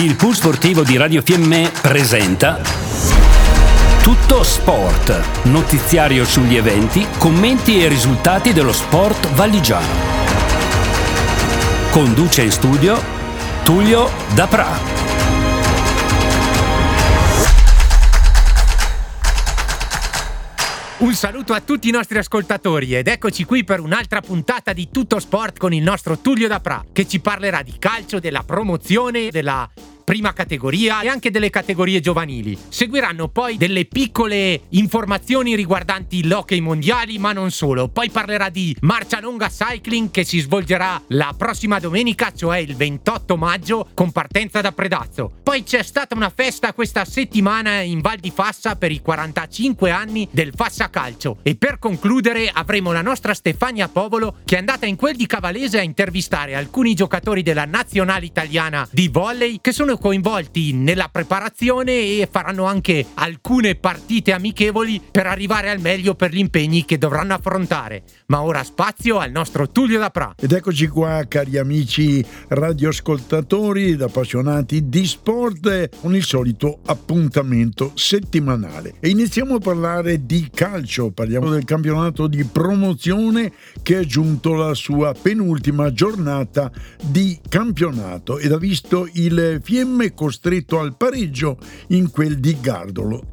Il pool sportivo di Radio Fiemme presenta Tutto Sport, notiziario sugli eventi, commenti e risultati dello sport valligiano. Conduce in studio Tullio Dapra. Un saluto a tutti i nostri ascoltatori ed eccoci qui per un'altra puntata di Tutto Sport con il nostro Tullio Dapra, che ci parlerà di calcio, della promozione, della prima categoria e anche delle categorie giovanili. Seguiranno poi delle piccole informazioni riguardanti l'hockey mondiali, ma non solo. Poi parlerà di Marcia Longa Cycling che si svolgerà la prossima domenica, cioè il 28 maggio, con partenza da Predazzo. Poi c'è stata una festa questa settimana in Val di Fassa per i 45 anni del Fassa Calcio. E per concludere avremo la nostra Stefania Povolo, che è andata in quel di Cavalese a intervistare alcuni giocatori della nazionale italiana di volley che sono coinvolti nella preparazione e faranno anche alcune partite amichevoli per arrivare al meglio per gli impegni che dovranno affrontare. Ma ora spazio al nostro Tullio Dapra. Ed eccoci qua, cari amici radioascoltatori ed appassionati di sport, con il solito appuntamento settimanale. E iniziamo a parlare di calcio. Parliamo del campionato di promozione che ha giunto la sua penultima giornata di campionato ed ha visto il Fiemme costretto al pareggio in quel di Gardolo,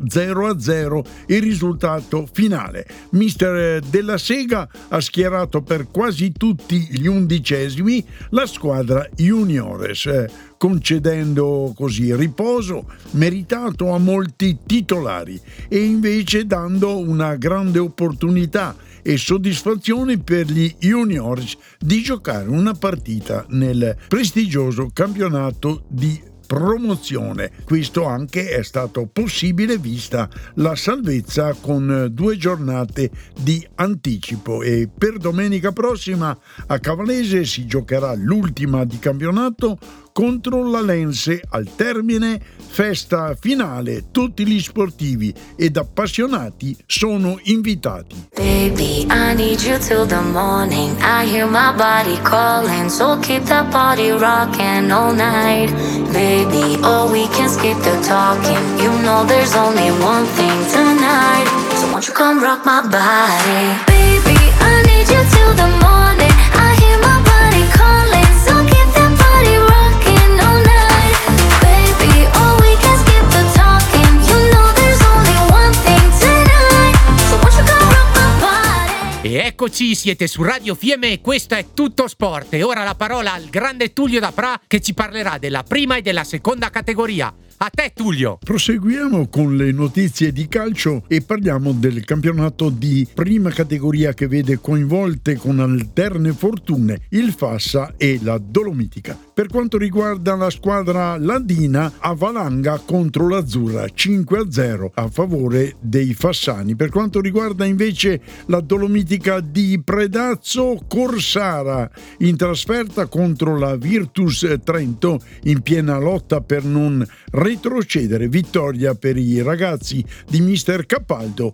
0-0 il risultato finale. Mister Della Sega ha schierato per quasi tutti gli undicesimi la squadra juniores, concedendo così riposo meritato a molti titolari e invece dando una grande opportunità e soddisfazione per gli juniors di giocare una partita nel prestigioso campionato di promozione. Questo anche è stato possibile vista la salvezza con 2 giornate di anticipo, e per domenica prossima a Cavalese si giocherà l'ultima di campionato contro la Lense. Al termine, festa finale. Tutti gli sportivi ed appassionati sono invitati. Baby, I need you till the morning. I hear my body calling, so keep that body rocking all night. Baby, oh, we can skip the talking. You know there's only one thing tonight. So won't you come rock my body? Baby, I need you till the morning. I hear my body calling, so keep that body rocking all night. Baby, oh, we can skip the talking. You know there's only one thing tonight. So won't you come rock my body? E eccoci, siete su Radio Fiemme e questo è Tutto Sport. E ora la parola al grande Tullio Dapra, che ci parlerà della prima e della seconda categoria. A te, Tullio! Proseguiamo con le notizie di calcio e parliamo del campionato di prima categoria che vede coinvolte con alterne fortune il Fassa e la Dolomitica. Per quanto riguarda la squadra ladina, a Valanga contro l'Azzurra 5-0 a favore dei fassani. Per quanto riguarda invece la Dolomitica di Predazzo, Corsara in trasferta contro la Virtus Trento in piena lotta per non retrocedere. Vittoria per i ragazzi di mister Capaldo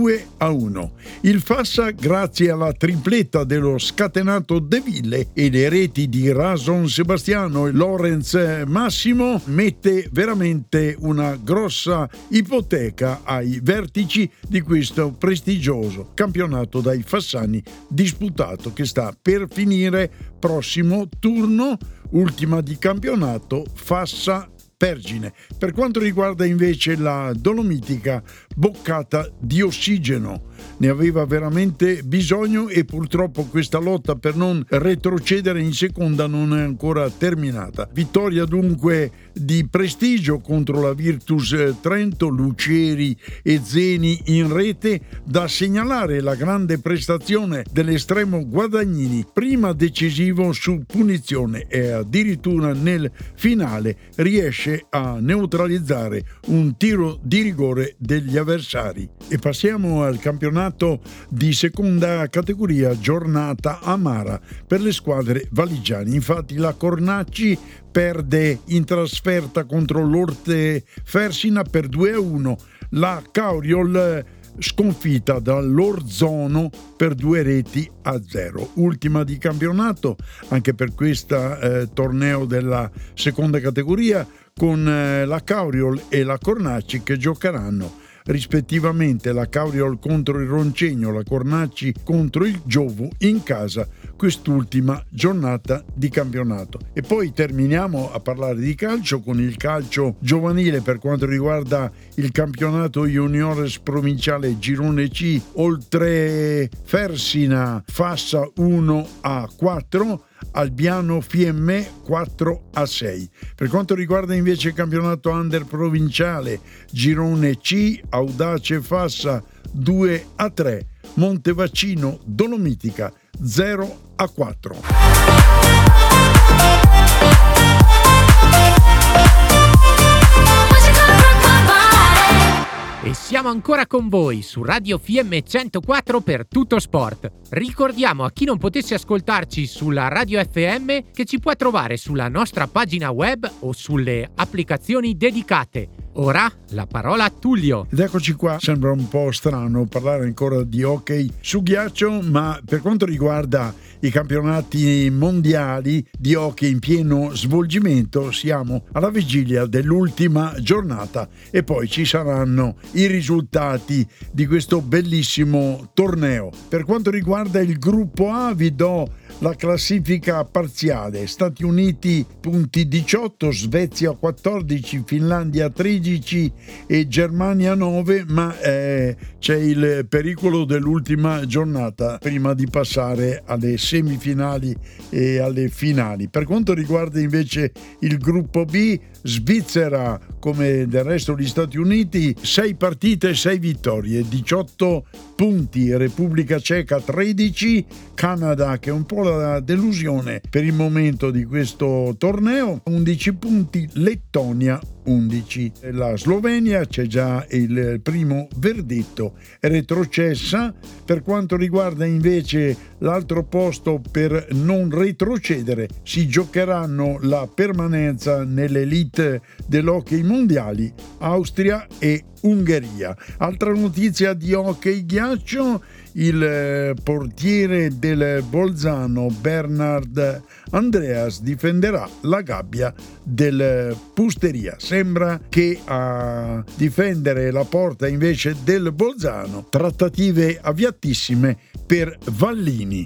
2-1. Il Fassa, grazie alla tripletta dello scatenato De Ville e le reti di Rason Sebastiano e Lorenz Massimo, mette veramente una grossa ipoteca ai vertici di questo prestigioso campionato dai fassani disputato, che sta per finire. Prossimo turno, ultima di campionato, Fassa Pergine. Per quanto riguarda invece la Dolomitica, boccata di ossigeno, ne aveva veramente bisogno e purtroppo questa lotta per non retrocedere in seconda non è ancora terminata. Vittoria dunque di prestigio contro la Virtus Trento, Lucieri e Zeni in rete. Da segnalare la grande prestazione dell'estremo Guadagnini, prima decisivo su punizione, e addirittura nel finale riesce a neutralizzare un tiro di rigore degli avversari. E passiamo al campionato di seconda categoria, giornata amara per le squadre valigiane. Infatti la Cornacci perde in trasferta contro l'Orte Fersina per 2-1. La Cauriol sconfitta dall'Orzono per 2-0. Ultima di campionato anche per questo torneo della seconda categoria, con la Cauriol e la Cornacci che giocheranno rispettivamente la Cauriol contro il Roncegno, la Cornacci contro il Giovu in casa quest'ultima giornata di campionato. E poi terminiamo a parlare di calcio con il calcio giovanile per quanto riguarda il campionato juniores provinciale Girone C, oltre Fersina Fassa 1-4, Albiano Fiemme 4-6. Per quanto riguarda invece il campionato under provinciale Girone C, Audace Fassa 2-3, Montevaccino Dolomitica 0-4. E siamo ancora con voi su Radio FM 104 per Tutto Sport. Ricordiamo a chi non potesse ascoltarci sulla Radio FM che ci può trovare sulla nostra pagina web o sulle applicazioni dedicate. Ora la parola a Tullio. Ed eccoci qua, sembra un po' strano parlare ancora di hockey su ghiaccio, ma per quanto riguarda i campionati mondiali di hockey in pieno svolgimento siamo alla vigilia dell'ultima giornata e poi ci saranno i risultati di questo bellissimo torneo. Per quanto riguarda il gruppo A vi do la classifica parziale: Stati Uniti punti 18, Svezia 14, Finlandia 13 e Germania 9, ma c'è il pericolo dell'ultima giornata prima di passare alle semifinali e alle finali. Per quanto riguarda invece il gruppo B, Svizzera come del resto degli Stati Uniti 6 partite 6 vittorie, 18 punti, Repubblica Ceca 13, Canada che è un po' la delusione per il momento di questo torneo 11 punti, Lettonia 11. La Slovenia, c'è già il primo verdetto, è retrocessa. Per quanto riguarda invece l'altro posto per non retrocedere, si giocheranno la permanenza nell'elite dell'hockey mondiali, Austria e Ungheria. Altra notizia di hockey ghiaccio: il portiere del Bolzano Bernard Andreas difenderà la gabbia del Pusteria. Sembra che a difendere la porta invece del Bolzano trattative avviatissime per Vallini.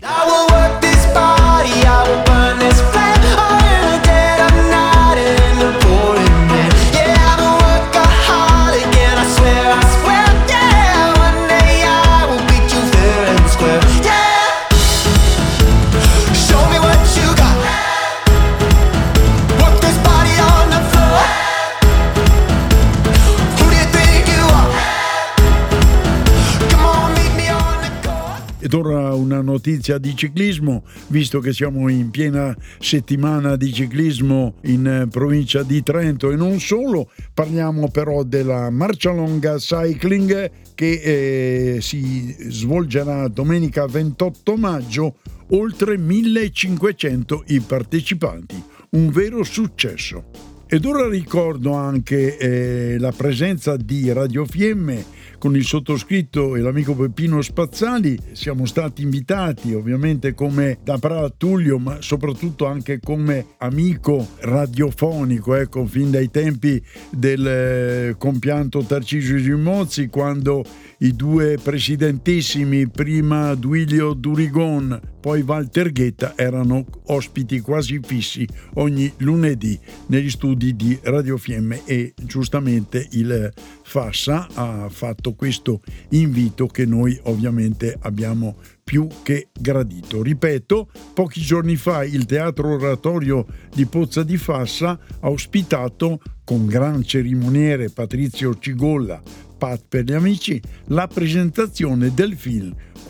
Ed ora una notizia di ciclismo, visto che siamo in piena settimana di ciclismo in provincia di Trento e non solo. Parliamo però della Marcialonga Cycling che si svolgerà domenica 28 maggio, oltre 1500 i partecipanti, un vero successo. Ed ora ricordo anche la presenza di Radio Fiemme con il sottoscritto e l'amico Peppino Spazzali. Siamo stati invitati ovviamente come da Pra Tullio, ma soprattutto anche come amico radiofonico, fin dai tempi del compianto Tarcisio Gimozzi, quando i due presidentissimi, prima Duilio Durigon, poi Walter Ghetta, erano ospiti quasi fissi ogni lunedì negli studi di Radio Fiemme, e giustamente il Fassa ha fatto questo invito che noi ovviamente abbiamo più che gradito. Ripeto, pochi giorni fa il Teatro Oratorio di Pozza di Fassa ha ospitato con gran cerimoniere Patrizio Cigolla, Pat per gli amici, la presentazione del film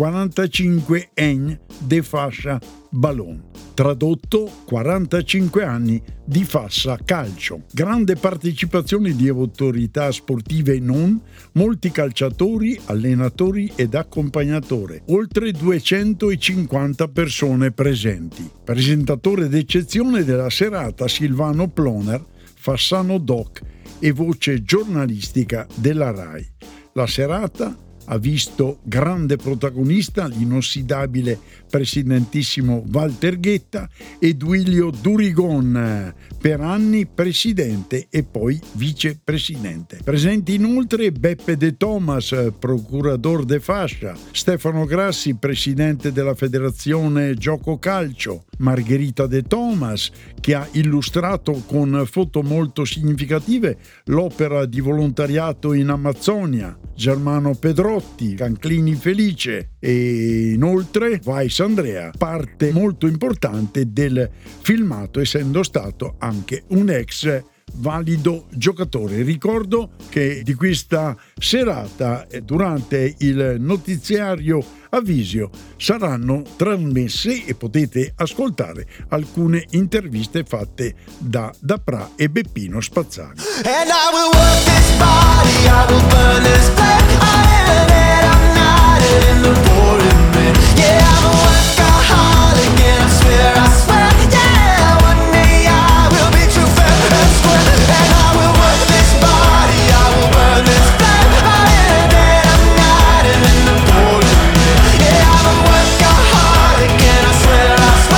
45 Egn de Fascia Ballon, tradotto 45 anni di Fassa Calcio. Grande partecipazione di autorità sportive e non, molti calciatori, allenatori ed accompagnatori, oltre 250 persone presenti. Presentatore d'eccezione della serata Silvano Ploner, Fassano Doc e voce giornalistica della RAI. La serata ha visto grande protagonista l'inossidabile presidentissimo Walter Ghetta e Duilio Durigon, per anni presidente e poi vicepresidente. Presenti inoltre Beppe De Thomas, procurador de fascia, Stefano Grassi, presidente della Federazione Gioco Calcio, Margherita De Thomas, che ha illustrato con foto molto significative l'opera di volontariato in Amazzonia, Germano Pedrotti, Canclini Felice e inoltre Weiss Andrea, parte molto importante del filmato, essendo stato anche un ex valido giocatore. Ricordo che di questa serata durante il notiziario Avisio saranno trasmesse e potete ascoltare alcune interviste fatte da Dapra e Beppino Spazzani. And I will work this body, I will burn this flame. I am it, I'm not it in the boring man. Yeah, I'm a workaholic and I swear, yeah, one day I will be true fair and square. And I will work this body, I will burn this flame. I am it, I'm not it in the boring man. Yeah, I'm a workaholic and I swear,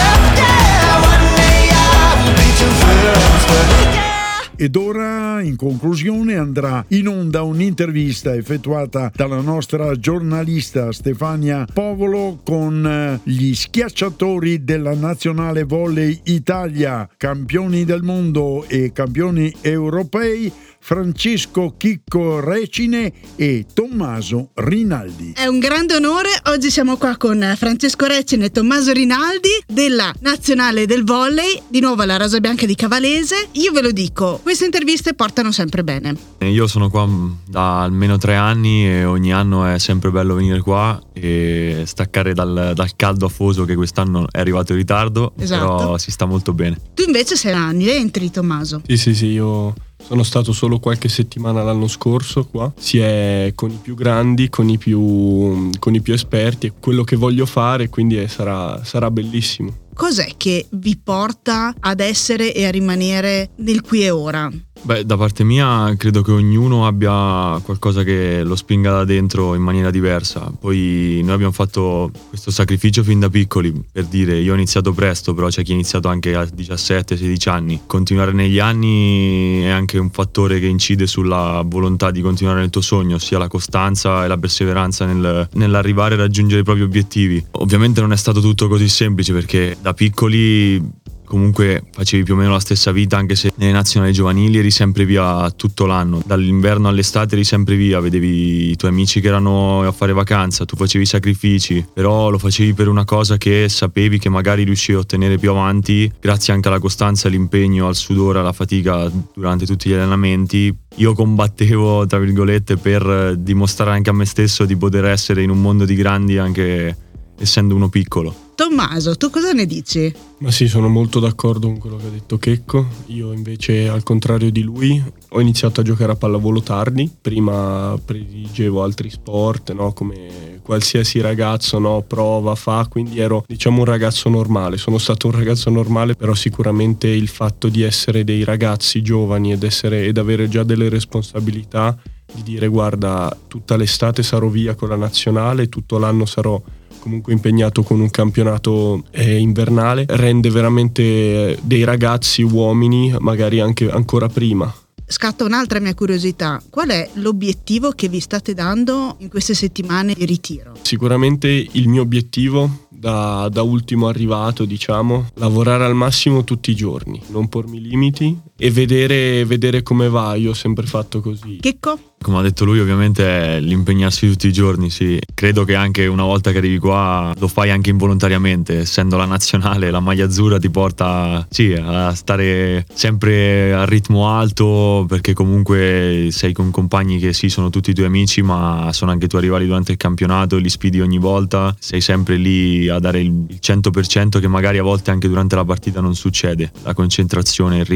yeah, one day I will be true fair and square. Ed ora, in conclusione, andrà in onda un'intervista effettuata dalla nostra giornalista Stefania Povolo con gli schiacciatori della Nazionale Volley Italia, campioni del mondo e campioni europei, Francesco Chicco Recine e Tommaso Rinaldi. È un grande onore, oggi siamo qua con Francesco Recine e Tommaso Rinaldi della Nazionale del Volley, di nuovo alla Rosa Bianca di Cavalese. Io ve lo dico, queste interviste portano sempre bene. Io sono qua da almeno 3 anni e ogni anno è sempre bello venire qua e staccare dal caldo afoso che quest'anno è arrivato in ritardo. Esatto. Però si sta molto bene. Tu invece sei anni, entri Tommaso. Sì, io sono stato solo qualche settimana l'anno scorso qua. Si è con i più grandi, con i più esperti, è quello che voglio fare, quindi sarà bellissimo. Cos'è che vi porta ad essere e a rimanere nel qui e ora? Beh, da parte mia credo che ognuno abbia qualcosa che lo spinga da dentro in maniera diversa. Poi noi abbiamo fatto questo sacrificio fin da piccoli, per dire, io ho iniziato presto, però c'è chi ha iniziato anche a 17-16 anni. Continuare negli anni è anche un fattore che incide sulla volontà di continuare nel tuo sogno, ossia la costanza e la perseveranza nell'arrivare a raggiungere i propri obiettivi. Ovviamente non è stato tutto così semplice, perché da piccoli comunque facevi più o meno la stessa vita, anche se nelle nazionali giovanili eri sempre via tutto l'anno, dall'inverno all'estate eri sempre via, vedevi i tuoi amici che erano a fare vacanza, tu facevi sacrifici, però lo facevi per una cosa che sapevi che magari riuscivi a ottenere più avanti, grazie anche alla costanza, all'impegno, al sudore, alla fatica durante tutti gli allenamenti. Io combattevo, tra virgolette, per dimostrare anche a me stesso di poter essere in un mondo di grandi anche essendo uno piccolo. Tommaso, tu cosa ne dici? Ma sì, sono molto d'accordo con quello che ha detto Checco. Io invece, al contrario di lui, ho iniziato a giocare a pallavolo tardi. Prima prediligevo altri sport, no? Come qualsiasi ragazzo, no? Prova, fa, quindi ero, diciamo, un ragazzo normale. Sono stato un ragazzo normale, però sicuramente il fatto di essere dei ragazzi giovani ed avere già delle responsabilità, di dire guarda, tutta l'estate sarò via con la nazionale, tutto l'anno sarò comunque impegnato con un campionato invernale, rende veramente dei ragazzi uomini, magari anche ancora prima. Scatta un'altra mia curiosità: qual è l'obiettivo che vi state dando in queste settimane di ritiro? Sicuramente il mio obiettivo da ultimo arrivato, diciamo, lavorare al massimo tutti i giorni, non pormi limiti e vedere come va. Io ho sempre fatto così. Checco? Come ha detto lui, ovviamente è l'impegnarsi tutti i giorni, sì. Credo che anche una volta che arrivi qua lo fai anche involontariamente, essendo la nazionale, la maglia azzurra ti porta sì a stare sempre a ritmo alto, perché comunque sei con compagni che sì sono tutti i tuoi amici, ma sono anche tuoi rivali durante il campionato, li sfidi ogni volta, sei sempre lì a dare il 100%, che magari a volte anche durante la partita non succede. La concentrazione, il ritmo,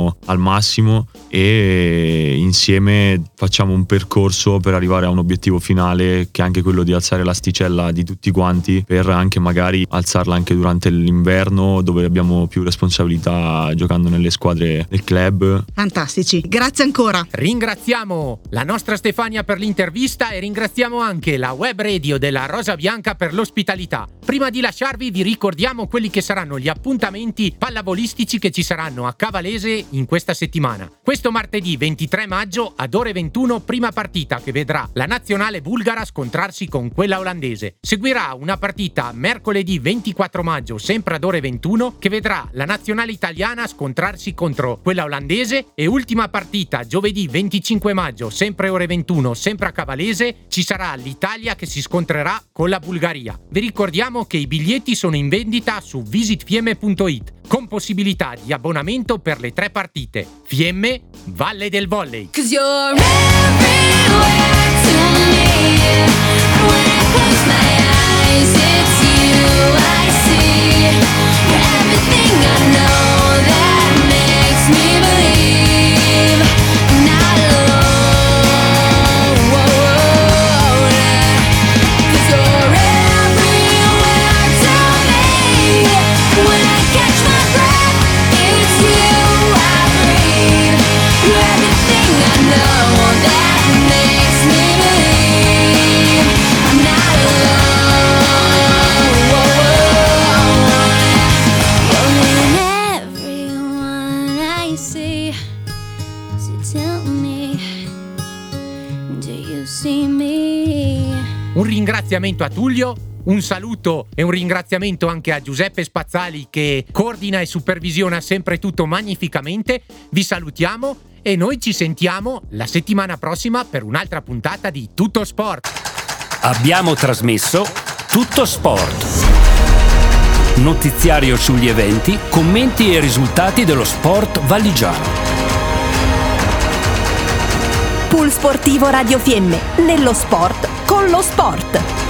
lavoriamo al massimo e insieme facciamo un percorso per arrivare a un obiettivo finale, che è anche quello di alzare l'asticella di tutti quanti, per anche magari alzarla anche durante l'inverno, dove abbiamo più responsabilità giocando nelle squadre del club. Fantastici, grazie ancora. Ringraziamo la nostra Stefania per l'intervista e ringraziamo anche la web radio della Rosa Bianca per l'ospitalità. Prima di lasciarvi vi ricordiamo quelli che saranno gli appuntamenti pallavolistici che ci saranno a Cavalese in questa settimana. Questo martedì 23 maggio ad ore 21 prima partita che vedrà la nazionale bulgara scontrarsi con quella olandese. Seguirà una partita mercoledì 24 maggio sempre ad ore 21 che vedrà la nazionale italiana scontrarsi contro quella olandese, e ultima partita giovedì 25 maggio sempre ore 21 sempre a Cavalese ci sarà l'Italia che si scontrerà con la Bulgaria. Vi ricordiamo che i biglietti sono in vendita su visitfiemme.it con possibilità di abbonamento per le 3 partite. Fiemme, Valle del Volley. 'Cause you're everywhere to me. When I close my eyes, it's you I see. You're everything I know that makes me believe I'm not alone. 'Cause you're everywhere to me. When I catch my breath, it's you I breathe. You're everything I know that makes me believe I'm not alone. You're in everyone I see. So tell me, do you see me? Un ringraziamento a Tullio, un saluto e un ringraziamento anche a Giuseppe Spazzali che coordina e supervisiona sempre tutto magnificamente. Vi salutiamo e noi ci sentiamo la settimana prossima per un'altra puntata di Tutto Sport. Abbiamo trasmesso Tutto Sport. Notiziario sugli eventi, commenti e risultati dello sport valligiano. Pool sportivo Radio Fiemme, nello sport con lo sport.